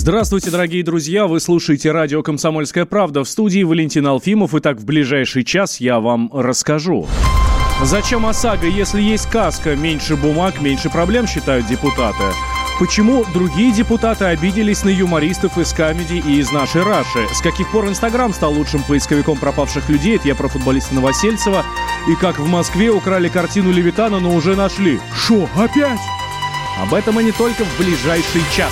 Здравствуйте, дорогие друзья! Вы слушаете радио «Комсомольская правда». В студии Валентин Алфимов. Итак, в ближайший час я вам расскажу. Зачем ОСАГО, если есть каска? Меньше бумаг, меньше проблем, считают депутаты. Почему другие депутаты обиделись на юмористов из «Камеди» и из «Нашей Раши»? С каких пор Инстаграм стал лучшим поисковиком пропавших людей? Это я про футболиста Новосельцева. И как в Москве украли картину Левитана, но уже нашли. Шо, опять? Об этом и не только в ближайший час.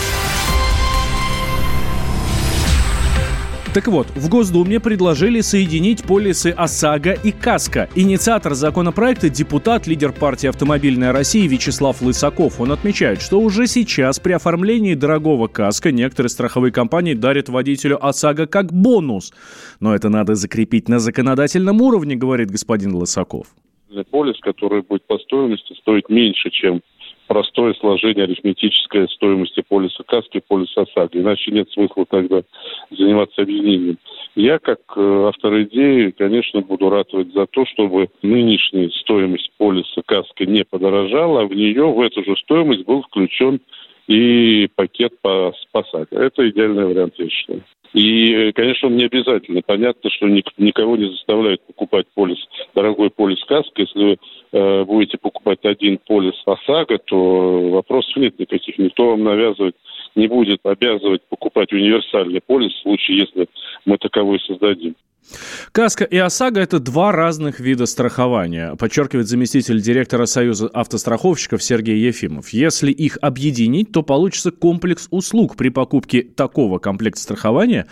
Так вот, в Госдуме предложили соединить полисы ОСАГО и КАСКО. Инициатор законопроекта – депутат, лидер партии «Автомобильная Россия» Вячеслав Лысаков. Он отмечает, что уже сейчас при оформлении дорогого КАСКО некоторые страховые компании дарят водителю ОСАГО как бонус. Но это надо закрепить на законодательном уровне, говорит господин Лысаков. Полис, который будет по стоимости стоить меньше, чем простое сложение арифметической стоимости полиса КАСКО и полиса ОСАГО. Иначе нет смысла тогда заниматься объединением. Я, как автор идеи, конечно, буду ратовать за то, чтобы нынешняя стоимость полиса КАСКО не подорожала, а в нее, в эту же стоимость, был включен и пакет по ОСАГО. Это идеальный вариант, я считаю. И, конечно, он не обязательно. Понятно, что никого не заставляют покупать дорогой полис КАСКО. Если вы будете покупать один полис ОСАГО, то вопросов нет никаких. Никто вам не будет обязывать покупать универсальный полис в случае, если мы таковой создадим. КАСКО и ОСАГО – это два разных вида страхования, подчеркивает заместитель директора Союза автостраховщиков Сергей Ефимов. Если их объединить, то получится комплекс услуг. При покупке такого комплекта страхования,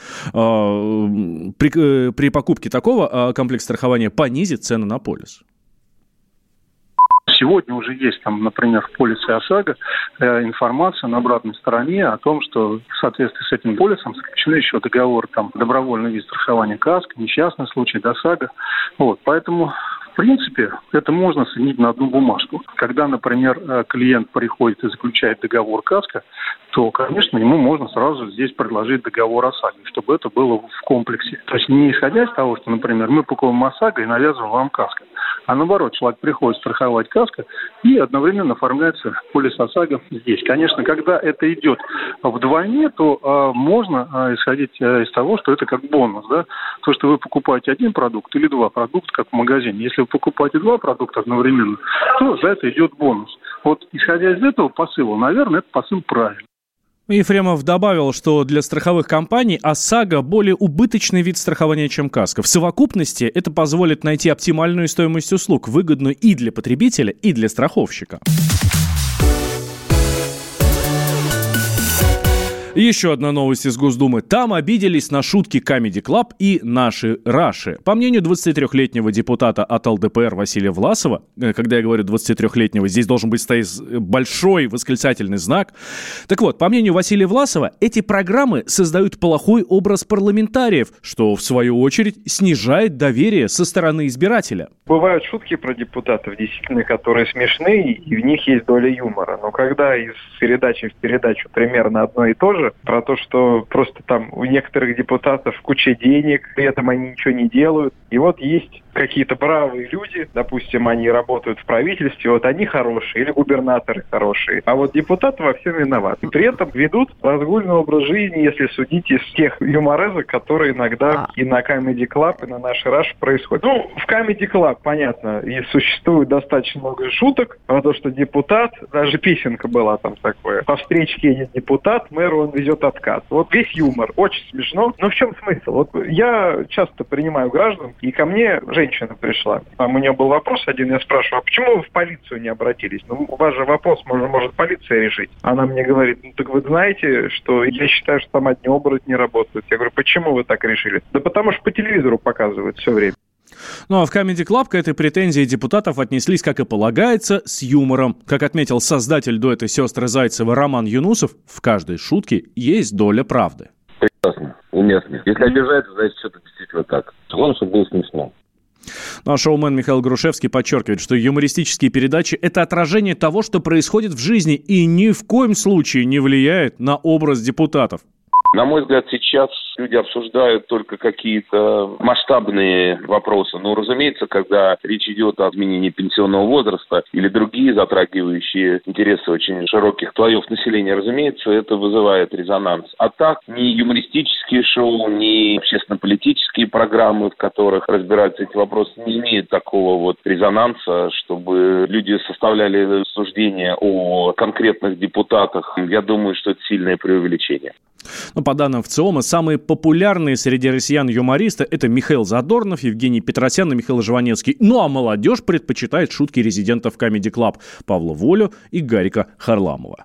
понизит цены на полис. Сегодня уже есть, например, в полисе ОСАГО информация на обратной стороне о том, что в соответствии с этим полисом заключены еще договор, добровольный вид страхования КАСКО, несчастный случай, ОСАГО. Поэтому, в принципе, это можно соединить на одну бумажку. Когда, например, клиент приходит и заключает договор КАСКО, то, конечно, ему можно сразу здесь предложить договор ОСАГО, чтобы это было в комплексе. То есть не исходя из того, что, например, мы покупаем ОСАГО и навязываем вам КАСКО, а наоборот, человек приходит страховать КАСКО и одновременно оформляется полис ОСАГО здесь. Конечно, когда это идет вдвойне, то можно исходить из того, что это как бонус, да? То, что вы покупаете один продукт или два продукта, как в магазине. Если вы покупаете два продукта одновременно, то за это идет бонус. Исходя из этого посыла, наверное, это посыл правильный. Ефремов добавил, что для страховых компаний ОСАГО более убыточный вид страхования, чем КАСКО. В совокупности это позволит найти оптимальную стоимость услуг, выгодную и для потребителя, и для страховщика. Еще одна новость из Госдумы. Там обиделись на шутки Comedy Club и «Нашей Раши». По мнению 23-летнего депутата от ЛДПР Василия Власова, когда я говорю 23-летнего, здесь должен быть стоять большой восклицательный знак. Так вот, по мнению Василия Власова, эти программы создают плохой образ парламентариев, что, в свою очередь, снижает доверие со стороны избирателя. Бывают шутки про депутатов, действительно, которые смешные, и в них есть доля юмора. Но когда из передачи в передачу примерно одно и то же, про то, что просто там у некоторых депутатов куча денег, при этом они ничего не делают. И есть какие-то бравые люди, допустим, они работают в правительстве, они хорошие, или губернаторы хорошие, а депутаты во всем виноваты. При этом ведут разгульный образ жизни, если судить из тех юморезок, которые иногда и на Comedy Club, и на «Нашей Раши» происходят. В Comedy Club, понятно, и существует достаточно много шуток про то, что депутат, даже песенка была там такое, по встречке едет депутат, мэру он везет отказ. Весь юмор, очень смешно. Но в чем смысл? Я часто принимаю граждан, и ко мне женщина пришла. Там у нее был вопрос один, я спрашиваю, а почему вы в полицию не обратились? У вас же вопрос может полиция решить. Она мне говорит, так вы знаете, что я считаю, что там одни оборотни работают. Я говорю, почему вы так решили? Да потому что по телевизору показывают все время. Ну а в Comedy Club к этой претензии депутатов отнеслись, как и полагается, с юмором. Как отметил создатель дуэта «Сестры Зайцевы» Роман Юнусов, в каждой шутке есть доля правды. Прекрасно, уместно. Если обижается, значит, что-то действительно так. Главное, чтобы было смешно. Ну а шоумен Михаил Грушевский подчеркивает, что юмористические передачи – это отражение того, что происходит в жизни, и ни в коем случае не влияет на образ депутатов. На мой взгляд, сейчас люди обсуждают только какие-то масштабные вопросы. Но, разумеется, когда речь идет о изменении пенсионного возраста или другие затрагивающие интересы очень широких слоев населения, разумеется, это вызывает резонанс. А так, ни юмористические шоу, ни общественно-политические программы, в которых разбираются эти вопросы, не имеют такого вот резонанса, чтобы люди составляли суждения о конкретных депутатах. Я думаю, что это сильное преувеличение. Но по данным ВЦИОМа, самые популярные среди россиян юмористы – это Михаил Задорнов, Евгений Петросян и Михаил Жванецкий. Ну а молодежь предпочитает шутки резидентов Comedy Club Павла Волю и Гарика Харламова.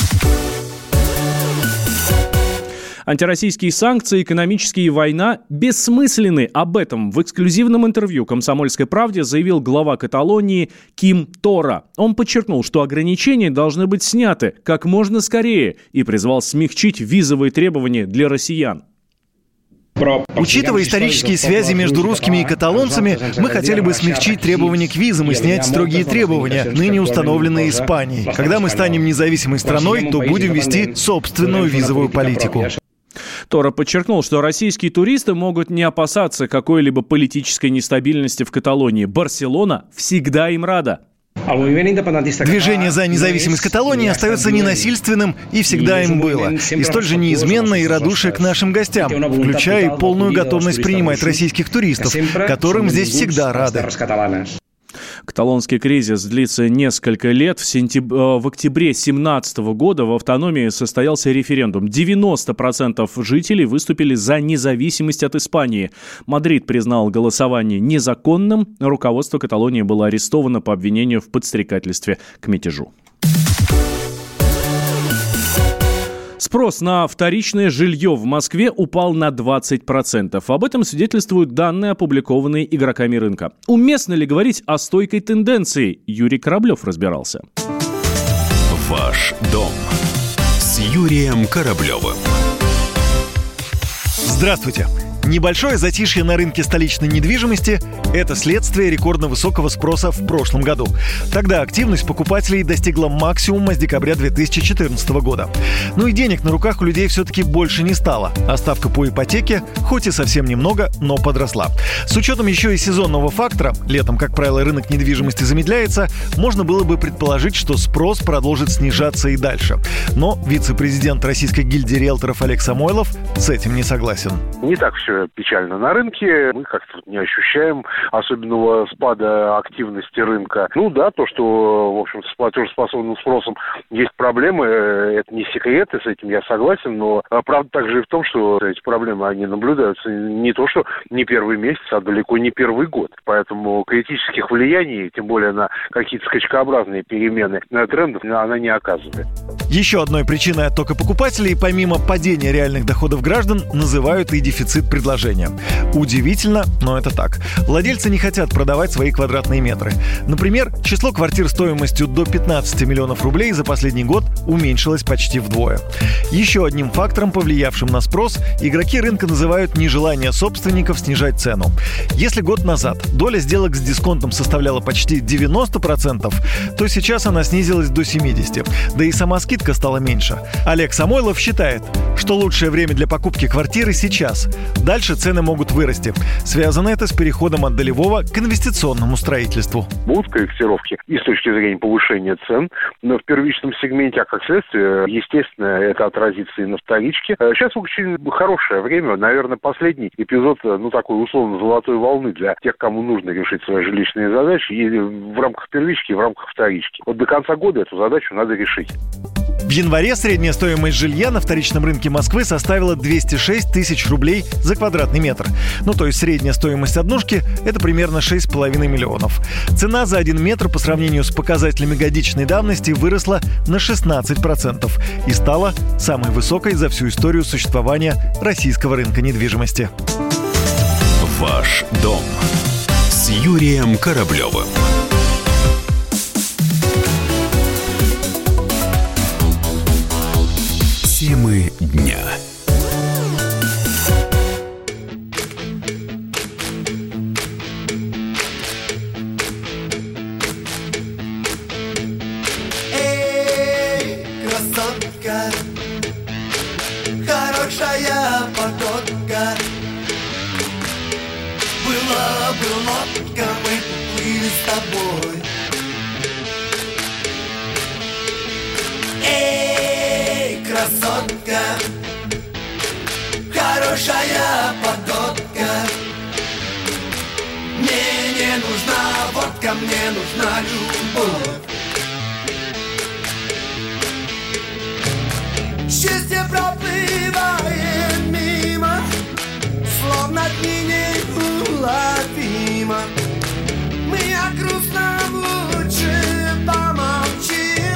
Антироссийские санкции, экономические война бессмысленны. Об этом в эксклюзивном интервью «Комсомольской правде» заявил глава Каталонии Ким Тора. Он подчеркнул, что ограничения должны быть сняты как можно скорее и призвал смягчить визовые требования для россиян. Учитывая исторические связи между русскими и каталонцами, мы хотели бы смягчить требования к визам и снять строгие требования, ныне установленные Испанией. Когда мы станем независимой страной, то будем вести собственную визовую политику. Тора подчеркнул, что российские туристы могут не опасаться какой-либо политической нестабильности в Каталонии. Барселона всегда им рада. Движение за независимость Каталонии остается ненасильственным и всегда им было. И столь же неизменно и радушие к нашим гостям, включая и полную готовность принимать российских туристов, которым здесь всегда рады. Каталонский кризис длится несколько лет. В октябре 2017 года в автономии состоялся референдум. 90% жителей выступили за независимость от Испании. Мадрид признал голосование незаконным. Руководство Каталонии было арестовано по обвинению в подстрекательстве к мятежу. Спрос на вторичное жилье в Москве упал на 20%. Об этом свидетельствуют данные, опубликованные игроками рынка. Уместно ли говорить о стойкой тенденции? Юрий Кораблев разбирался. Ваш дом с Юрием Кораблевым. Здравствуйте. Небольшое затишье на рынке столичной недвижимости – это следствие рекордно высокого спроса в прошлом году. Тогда активность покупателей достигла максимума с декабря 2014 года. Ну и денег на руках у людей все-таки больше не стало, а ставка по ипотеке, хоть и совсем немного, но подросла. С учетом еще и сезонного фактора, летом, как правило, рынок недвижимости замедляется, можно было бы предположить, что спрос продолжит снижаться и дальше. Но вице-президент Российской гильдии риэлторов Олег Самойлов с этим не согласен. Не так все печально на рынке. Мы как-то не ощущаем особенного спада активности рынка. Ну да, то, что, в общем, с платежеспособным спросом есть проблемы, это не секрет, и с этим я согласен, но правда также и в том, что эти проблемы, они наблюдаются не то, что не первый месяц, а далеко не первый год. Поэтому критических влияний, тем более на какие-то скачкообразные перемены трендов, она не оказывает. Еще одной причиной оттока покупателей, помимо падения реальных доходов граждан, называют и дефицит предложения. Удивительно, но это так. Владельцы не хотят продавать свои квадратные метры. Например, число квартир стоимостью до 15 миллионов рублей за последний год уменьшилось почти вдвое. Еще одним фактором, повлиявшим на спрос, игроки рынка называют нежелание собственников снижать цену. Если год назад доля сделок с дисконтом составляла почти 90%, то сейчас она снизилась до 70%. Да и сама скидка стала меньше. Олег Самойлов считает, что лучшее время для покупки квартиры сейчас. Дальше цены могут вырасти. Связано это с переходом от долевого к инвестиционному строительству. Будут корректировки и с точки зрения повышения цен, но в первичном сегменте, а как следствие, естественно, это отразится и на вторичке. Сейчас очень хорошее время, наверное, последний эпизод, такой условно золотой волны для тех, кому нужно решить свои жилищные задачи и в рамках первички, и в рамках вторички. Вот до конца года эту задачу надо решить. В январе средняя стоимость жилья на вторичном рынке Москвы составила 206 тысяч рублей за квадратный метр. То есть средняя стоимость однушки – это примерно 6,5 миллионов. Цена за 1 метр по сравнению с показателями годичной давности выросла на 16% и стала самой высокой за всю историю существования российского рынка недвижимости. Ваш дом с Юрием Кораблевым. Темы дня. Эй, красотка, хорошая Была бы лодка, мы поплыли с тобой. Эй, красотка, хорошая погодка. Мне не нужна водка, мне нужна любовь. Счастье проплывает мимо, словно дни неуловимо. Мы о грустном лучше помолчим.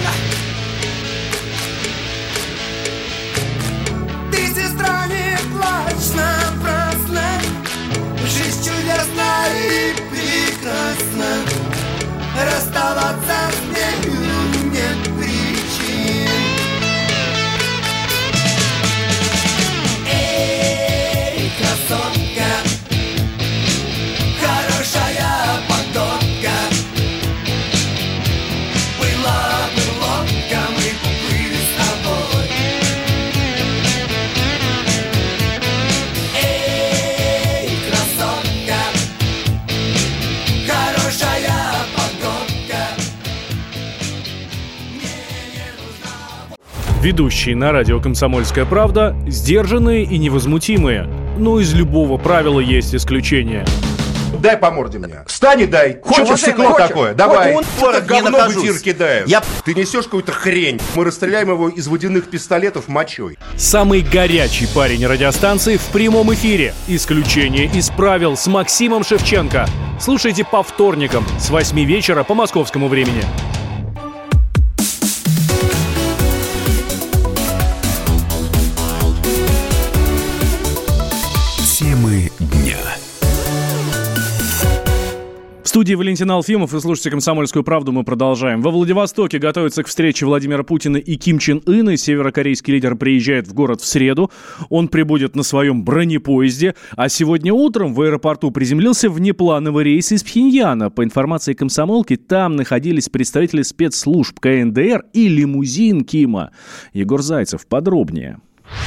Ты, сестра, не плачь напрасно. Жизнь чудесна и прекрасна. Расставаться с нею нет причин. Эй, красотка, хорошая погодка. Была бы лодка, мы поплыли с тобой. Эй, красотка, хорошая погодка. Ведущие на радио «Комсомольская правда» сдержанные и невозмутимые. Но из любого правила есть исключение. Дай по морде мне. Встань и дай. Хочешь стекло такое? Давай. Вот говно в эфир кидаешь. Ты несешь какую-то хрень. Мы расстреляем его из водяных пистолетов мочой. Самый горячий парень радиостанции в прямом эфире. Исключение из правил с Максимом Шевченко. Слушайте по вторникам с 8 вечера по московскому времени. Темы дня. В студии Валентин Алфимов, и слушайте «Комсомольскую правду», мы продолжаем. Во Владивостоке готовятся к встрече Владимира Путина и Ким Чен Ына. Северокорейский лидер приезжает в город в среду. Он прибудет на своем бронепоезде. А сегодня утром в аэропорту приземлился внеплановый рейс из Пхеньяна. По информации «Комсомолки», там находились представители спецслужб КНДР и лимузин Кима. Егор Зайцев подробнее.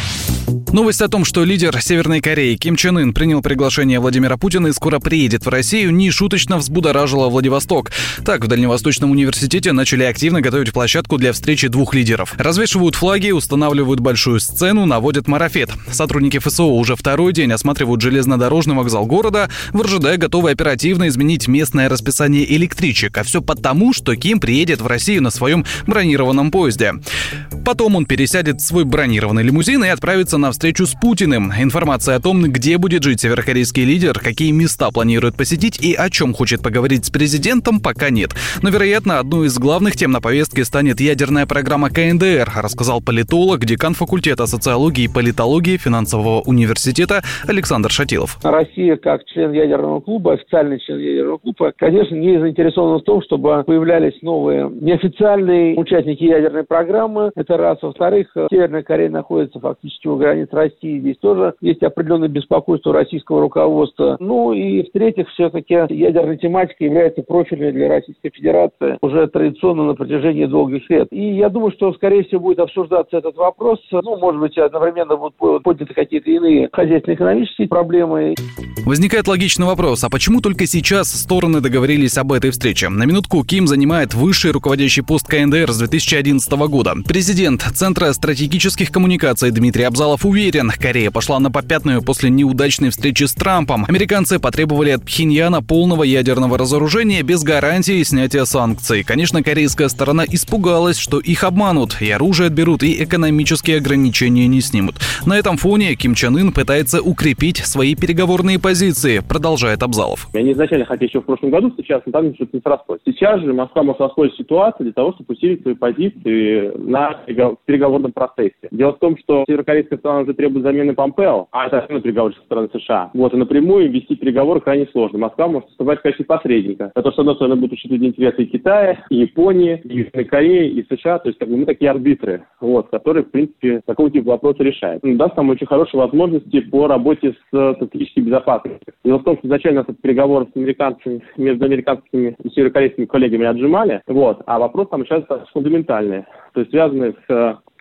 Новость о том, что лидер Северной Кореи Ким Чен Ын принял приглашение Владимира Путина и скоро приедет в Россию, нешуточно взбудоражила Владивосток. Так, в Дальневосточном университете начали активно готовить площадку для встречи двух лидеров. Развешивают флаги, устанавливают большую сцену, наводят марафет. Сотрудники ФСО уже второй день осматривают железнодорожный вокзал города, в РЖД готовы оперативно изменить местное расписание электричек. А все потому, что Ким приедет в Россию на своем бронированном поезде. Потом он пересядет в свой бронированный лимузин и отправится на встречу с Путиным. Информация о том, где будет жить северокорейский лидер, какие места планирует посетить и о чем хочет поговорить с президентом, пока нет. Но, вероятно, одной из главных тем на повестке станет ядерная программа КНДР, рассказал политолог, декан факультета социологии и политологии финансового университета Александр Шатилов. Россия, как член ядерного клуба, официальный член ядерного клуба, конечно, не заинтересована в том, чтобы появлялись новые неофициальные участники ядерной программы. Это раз. Во-вторых, Северная Корея находится фактически у границ России. Здесь тоже есть определенное беспокойство российского руководства. Ну и в-третьих, все-таки ядерная тематика является профильной для Российской Федерации уже традиционно на протяжении долгих лет. И я думаю, что, скорее всего, будет обсуждаться этот вопрос. Ну, может быть, одновременно будут подняты какие-то иные хозяйственно-экономические проблемы. Возникает логичный вопрос, а почему только сейчас стороны договорились об этой встрече? На минутку, Ким занимает высший руководящий пост КНДР с 2011 года. Президент Центра стратегических коммуникаций Дмитрий Абзалов уверен, Корея пошла на попятную после неудачной встречи с Трампом. Американцы потребовали от Пхеньяна полного ядерного разоружения без гарантии снятия санкций. Конечно, корейская сторона испугалась, что их обманут, и оружие отберут, и экономические ограничения не снимут. На этом фоне Ким Чен Ын пытается укрепить свои переговорные позиции, продолжает Абзалов. Они изначально хотели еще в прошлом году встречаться, но там что-то не срослось. Сейчас же Москва может воспользоваться ситуацией для того, чтобы усилить свои позиции на переговорном процессе. Дело в том, что северокорейская сторона уже требует замены Помпео, а это переговоры со стороны США. Вот, и напрямую вести переговоры крайне сложно. Москва может выступать в качестве посредника. Это, с одной стороны, будет учитывать интересы и Китая, и Японии, и Южной Кореи, и США. То есть, мы такие арбитры, вот, которые, в принципе, такого типа вопросы решают. Даст нам очень хорошие возможности по работе с стратегической безопасностью. Дело в том, что изначально нас переговоры с американцами, между американскими и северокорейскими коллегами отжимали, вот, а вопрос там сейчас фундаментальный, то есть связанный с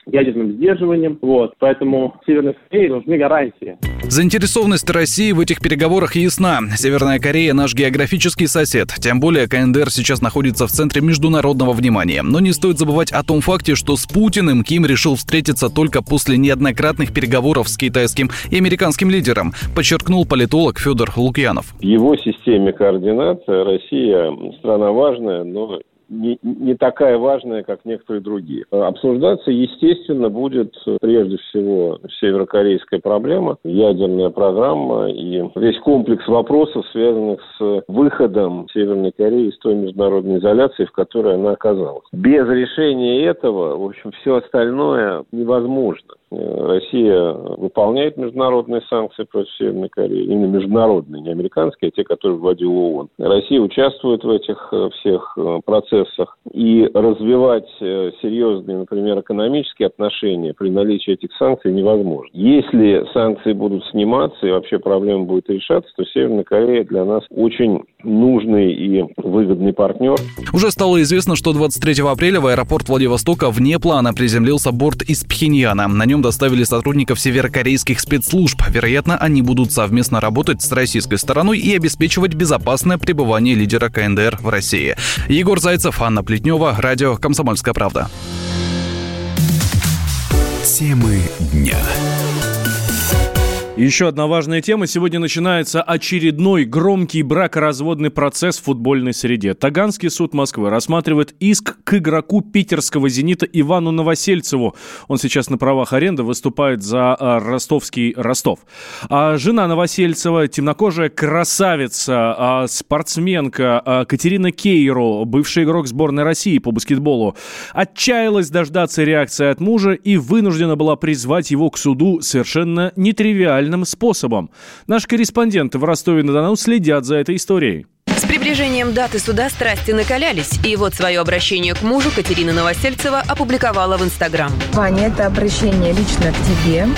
ядерным сдерживанием. Поэтому Северной Корее нужны гарантии. Заинтересованность России в этих переговорах ясна. Северная Корея – наш географический сосед. Тем более КНДР сейчас находится в центре международного внимания. Но не стоит забывать о том факте, что с Путиным Ким решил встретиться только после неоднократных переговоров с китайским и американским лидером, подчеркнул политолог Федор Лукьянов. В его системе координат Россия страна важная, но не такая важная, как некоторые другие. Обсуждаться, естественно, будет прежде всего северокорейская проблема, ядерная программа и весь комплекс вопросов, связанных с выходом Северной Кореи из той международной изоляции, в которой она оказалась. Без решения этого, в общем, все остальное невозможно. Россия выполняет международные санкции против Северной Кореи, именно международные, не американские, а те, которые вводил ООН. Россия участвует в этих всех процессах, и развивать серьезные, например, экономические отношения при наличии этих санкций невозможно. Если санкции будут сниматься и вообще проблема будет решаться, то Северная Корея для нас очень нужный и выгодный партнер. Уже стало известно, что 23 апреля в аэропорт Владивостока вне плана приземлился борт из Пхеньяна. На нем доставили сотрудников северокорейских спецслужб. Вероятно, они будут совместно работать с российской стороной и обеспечивать безопасное пребывание лидера КНДР в России. Егор Зайцев, Анна Плетнева, радио «Комсомольская правда». Темы дня. Еще одна важная тема. Сегодня начинается очередной громкий бракоразводный процесс в футбольной среде. Таганский суд Москвы рассматривает иск к игроку питерского «Зенита» Ивану Новосельцеву. Он сейчас на правах аренды выступает за ростовский Ростов. А жена Новосельцева, темнокожая красавица, спортсменка Катерина Кейро, бывший игрок сборной России по баскетболу, отчаялась дождаться реакции от мужа и вынуждена была призвать его к суду совершенно нетривиально способом. Наши корреспонденты в Ростове-на-Дону следят за этой историей. С приближением даты суда страсти накалялись, и вот свое обращение к мужу Катерина Новосельцева опубликовала в Инстаграм. Ваня, это обращение лично к тебе.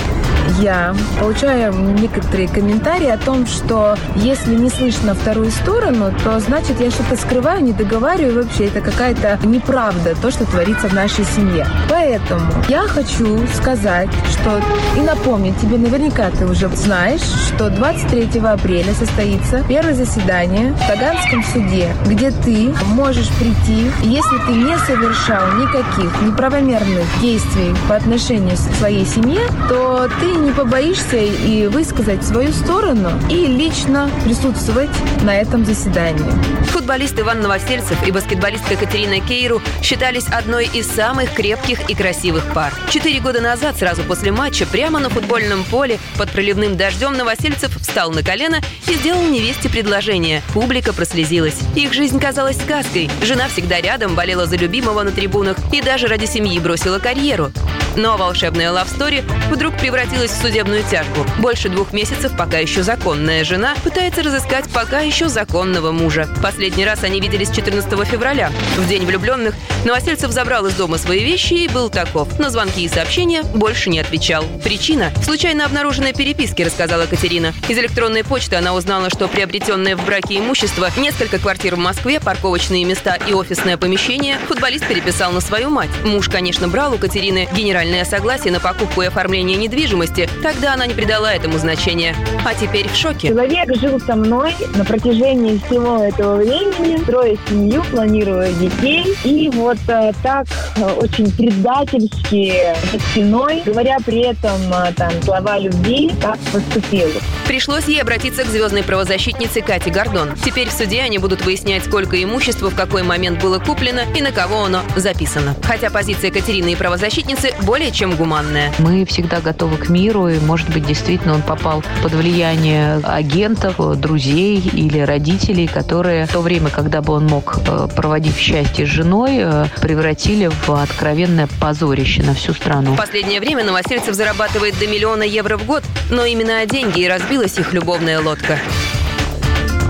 Я получаю некоторые комментарии о том, что если не слышно вторую сторону, то значит я что-то скрываю, не договариваю, вообще это какая-то неправда, то, что творится в нашей семье. Поэтому я хочу сказать, что и напомнить тебе, наверняка ты уже знаешь, что 23 апреля состоится первое заседание в Таганском суде, где ты можешь прийти, и если ты не совершал никаких неправомерных действий по отношению к своей семье, то ты не побоишься и высказать свою сторону и лично присутствовать на этом заседании. Футболист Иван Новосельцев и баскетболистка Катерина Кейру считались одной из самых крепких и красивых пар. 4 года назад, сразу после матча, прямо на футбольном поле под проливным дождем Новосельцев встал на колено и сделал невесте предложение. Публика прослезилась. Их жизнь казалась сказкой. Жена всегда рядом, болела за любимого на трибунах и даже ради семьи бросила карьеру. Но волшебная лавстори вдруг превратилась в судебную тяжбу. Больше 2 месяцев пока еще законная жена пытается разыскать пока еще законного мужа. Последний раз они виделись 14 февраля. В день влюбленных Новосельцев забрал из дома свои вещи и был таков. На звонки и сообщения больше не отвечал. Причина – случайно обнаруженной переписки, рассказала Катерина. Из электронной почты она узнала, что приобретенное в браке имущество, несколько квартир в Москве, парковочные места и офисное помещение футболист переписал на свою мать. Муж, конечно, брал у Катерины генеральное согласие на покупку и оформление недвижимости. Тогда она не придала этому значения. А теперь в шоке. Человек жил со мной на протяжении всего этого времени, строя семью, планируя детей. И вот так очень предательски за спиной, говоря при этом там слова любви, так поступил. Пришлось ей обратиться к звездной правозащитнице Кате Гордон. Теперь в суде они будут выяснять, сколько имущества в какой момент было куплено и на кого оно записано. Хотя позиция Катерины и правозащитницы более чем гуманная. Мы всегда готовы к миру, и, может быть, действительно он попал под влияние агентов, друзей или родителей, которые в то время, когда бы он мог проводить счастье с женой, превратили в откровенное позорище на всю страну. В последнее время Новосельцев зарабатывает до 1 000 000 евро в год, но именно о деньги и разбилась их любовная лодка.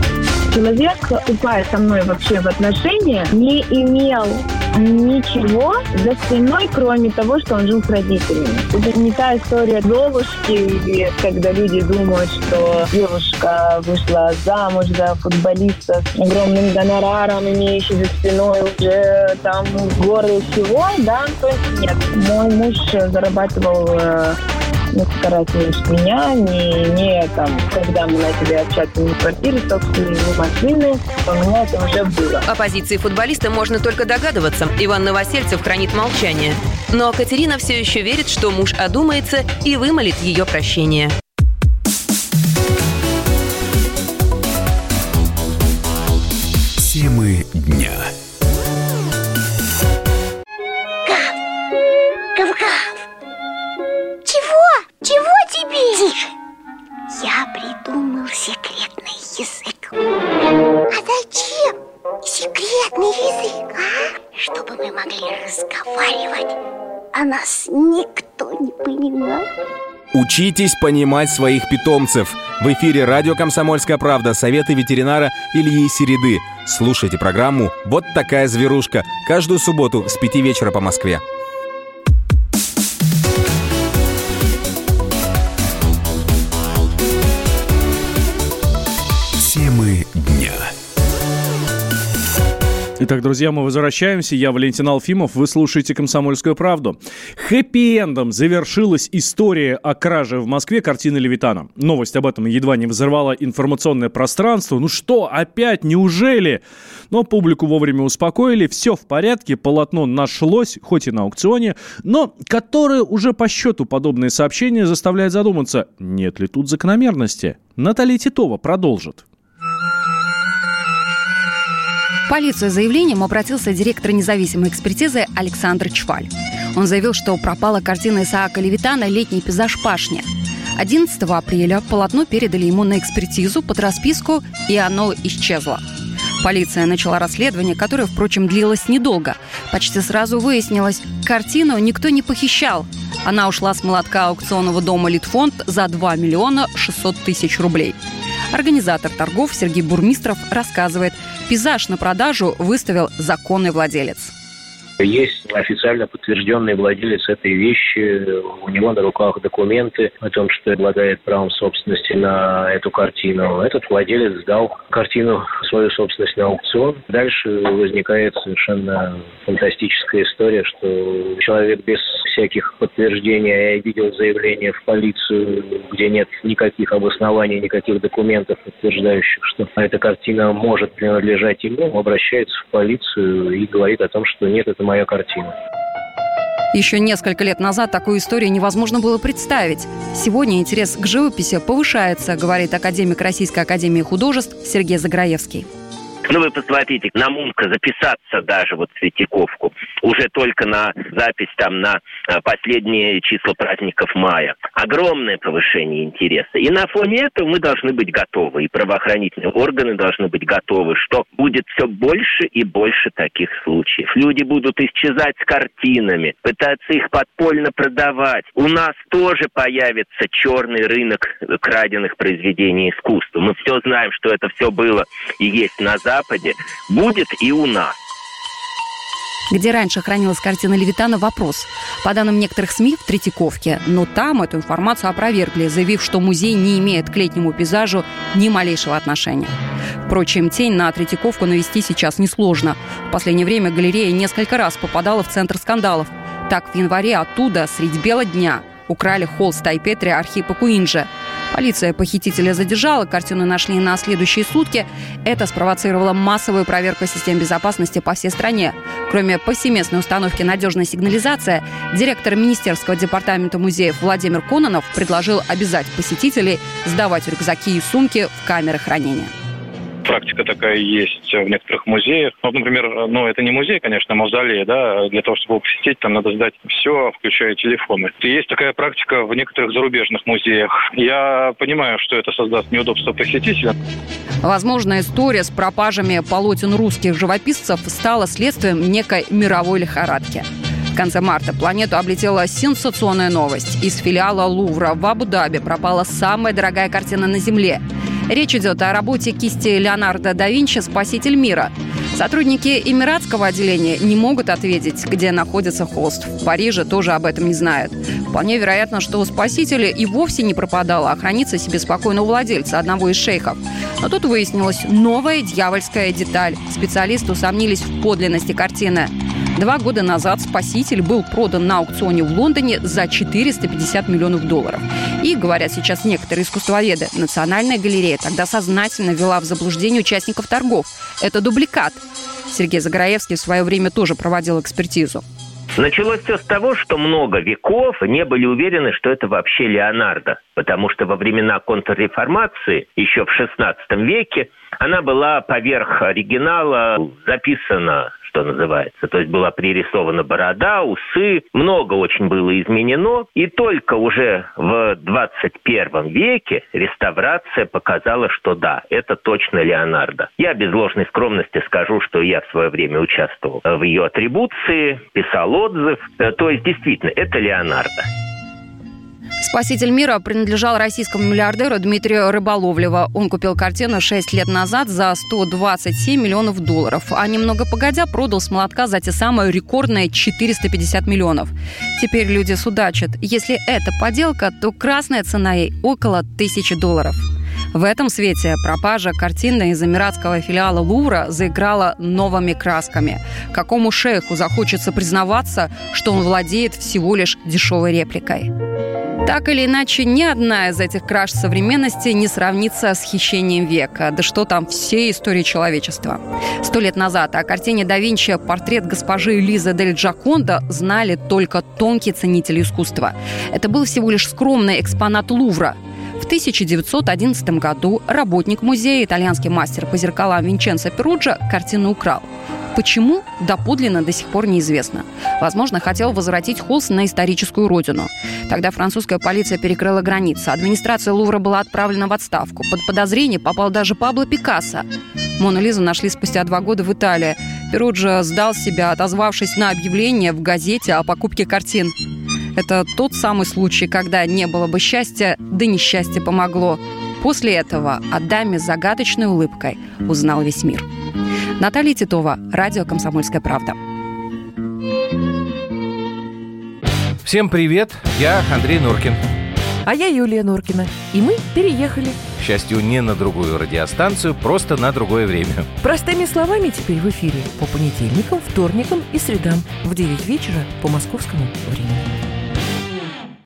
Человек, вступая со мной вообще в отношения, не имел ничего за спиной, кроме того, что он жил с родителями. Это не та история Золушки, или когда люди думают, что девушка вышла замуж за футболиста с огромным гонораром, имеющий за спиной уже там горы всего, да, то есть нет. Мой муж зарабатывал несколько раз меньше меня, не там, когда мы начали общаться не в квартире, собственно, не машины, у меня это уже было. О позиции футболиста можно только догадываться. Иван Новосельцев хранит молчание. Но Катерина все еще верит, что муж одумается и вымолит ее прощение. Темы дня. Чего тебе? Тише. Я придумал секретный язык. А зачем секретный язык, а? Чтобы мы могли разговаривать, а нас никто не понимал. Учитесь понимать своих питомцев. В эфире радио «Комсомольская правда», советы ветеринара Ильи Середы. Слушайте программу «Вот такая зверушка» каждую субботу с 5 вечера по Москве. Темы дня. Итак, друзья, мы возвращаемся. Я Валентин Алфимов. Вы слушаете «Комсомольскую правду». Хэппи-эндом завершилась история о краже в Москве картины Левитана. Новость об этом едва не взорвала информационное пространство. Ну что, опять? Неужели? Но публику вовремя успокоили. Все в порядке, полотно нашлось, хоть и на аукционе, но которое уже по счету подобные сообщения заставляет задуматься, нет ли тут закономерности. Наталья Титова продолжит. В полицию с заявлением обратился директор независимой экспертизы Александр Чваль. Он заявил, что пропала картина Исаака Левитана «Летний пейзаж Пашня». 11 апреля полотно передали ему на экспертизу под расписку, и оно исчезло. Полиция начала расследование, которое, впрочем, длилось недолго. Почти сразу выяснилось, картину никто не похищал. Она ушла с молотка аукционного дома «Литфонд» за 2 миллиона 600 тысяч рублей. Организатор торгов Сергей Бурмистров рассказывает, пейзаж на продажу выставил законный владелец. Есть официально подтвержденный владелец этой вещи. У него на руках документы о том, что обладает правом собственности на эту картину. Этот владелец сдал картину, свою собственность, на аукцион. Дальше возникает совершенно фантастическая история, что человек без всяких подтверждений, я видел заявление в полицию, где нет никаких обоснований, никаких документов, подтверждающих, что эта картина может принадлежать ему, обращается в полицию и говорит о том, что нет, это моя картина. Еще несколько лет назад такую историю невозможно было представить. Сегодня интерес к живописи повышается, говорит академик Российской академии художеств Сергей Заграевский. Ну, вы посмотрите, на Мунка записаться даже вот в Третьяковку уже только на запись там на последние числа праздников мая. Огромное повышение интереса. И на фоне этого мы должны быть готовы, и правоохранительные органы должны быть готовы, что будет все больше и больше таких случаев. Люди будут исчезать с картинами, пытаться их подпольно продавать. У нас тоже появится черный рынок краденных произведений искусства. Мы все знаем, что это все было и есть на Западе, будет и у нас. Где раньше хранилась картина Левитана, вопрос. По данным некоторых СМИ, в Третьяковке. Но там эту информацию опровергли, заявив, что музей не имеет к летнему пейзажу ни малейшего отношения. Впрочем, тень на Третьяковку навести сейчас несложно. В последнее время галерея несколько раз попадала в центр скандалов. Так, в январе оттуда средь бела дня украли холст Тайпетри Архипа Куинджи. Полиция похитителя задержала, картину нашли на следующие сутки. Это спровоцировало массовую проверку систем безопасности по всей стране. Кроме повсеместной установки «Надежная сигнализация», директор Министерского департамента музеев Владимир Кононов предложил обязать посетителей сдавать рюкзаки и сумки в камеры хранения. Практика такая есть в некоторых музеях. Вот, например, это не музей, конечно, а мавзолей, да. Для того, чтобы его посетить, там надо сдать все, включая телефоны. И есть такая практика в некоторых зарубежных музеях. Я понимаю, что это создаст неудобство посетителя. Возможно, история с пропажами полотен русских живописцев стала следствием некой мировой лихорадки. В конце марта планету облетела сенсационная новость. Из филиала Лувра в Абу-Даби пропала самая дорогая картина на Земле. Речь идет о работе кисти Леонардо да Винчи «Спаситель мира». Сотрудники эмиратского отделения не могут ответить, где находится холст. В Париже тоже об этом не знают. Вполне вероятно, что «Спаситель» и вовсе не пропадал, а хранится себе спокойно у владельца, одного из шейхов. Но тут выяснилась новая дьявольская деталь. Специалисты усомнились в подлинности картины. 2 года назад «Спаситель» был продан на аукционе в Лондоне за $450 миллионов. И, говорят сейчас некоторые искусствоведы, Национальная галерея тогда сознательно ввела в заблуждение участников торгов. Это дубликат. Сергей Заграевский в свое время тоже проводил экспертизу. Началось все с того, что много веков не были уверены, что это вообще Леонардо. Потому что во времена контрреформации, еще в XVI веке, она была поверх оригинала записана, что называется. То есть была пририсована борода, усы. Много очень было изменено. И только уже в 21 веке реставрация показала, что да, это точно Леонардо. Я без ложной скромности скажу, что я в свое время участвовал в ее атрибуции, писал отзыв. То есть действительно, это Леонардо. «Спаситель мира» принадлежал российскому миллиардеру Дмитрию Рыболовлеву. Он купил картину 6 лет назад за $127 миллионов. А немного погодя продал с молотка за те самые рекордные 450 миллионов. Теперь люди судачат. Если это подделка, то красная цена ей около $1000. В этом свете пропажа картины из эмиратского филиала Лувра заиграла новыми красками. Какому шейху захочется признаваться, что он владеет всего лишь дешевой репликой? Так или иначе, ни одна из этих краж современности не сравнится с хищением века. Да что там, всей истории человечества. 100 лет назад о картине да Винчи «Портрет госпожи Лизы дель Джаконда» знали только тонкие ценители искусства. Это был всего лишь скромный экспонат Лувра. В 1911 году работник музея, итальянский мастер по зеркалам Винченцо Перуджа, картину украл. Почему, доподлинно до сих пор неизвестно. Возможно, хотел возвратить холст на историческую родину. Тогда французская полиция перекрыла границы. Администрация Лувра была отправлена в отставку. Под подозрение попал даже Пабло Пикассо. Мону Лизу нашли спустя 2 года в Италии. Перуджа сдал себя, отозвавшись на объявление в газете о покупке картин. Это тот самый случай, когда не было бы счастья, да несчастье помогло. После этого о даме с загадочной улыбкой узнал весь мир. Наталья Титова, радио «Комсомольская правда». Всем привет, я Андрей Норкин. А я Юлия Норкина. И мы переехали. К счастью, не на другую радиостанцию, просто на другое время. Простыми словами теперь в эфире по понедельникам, вторникам и средам в 9 вечера по московскому времени.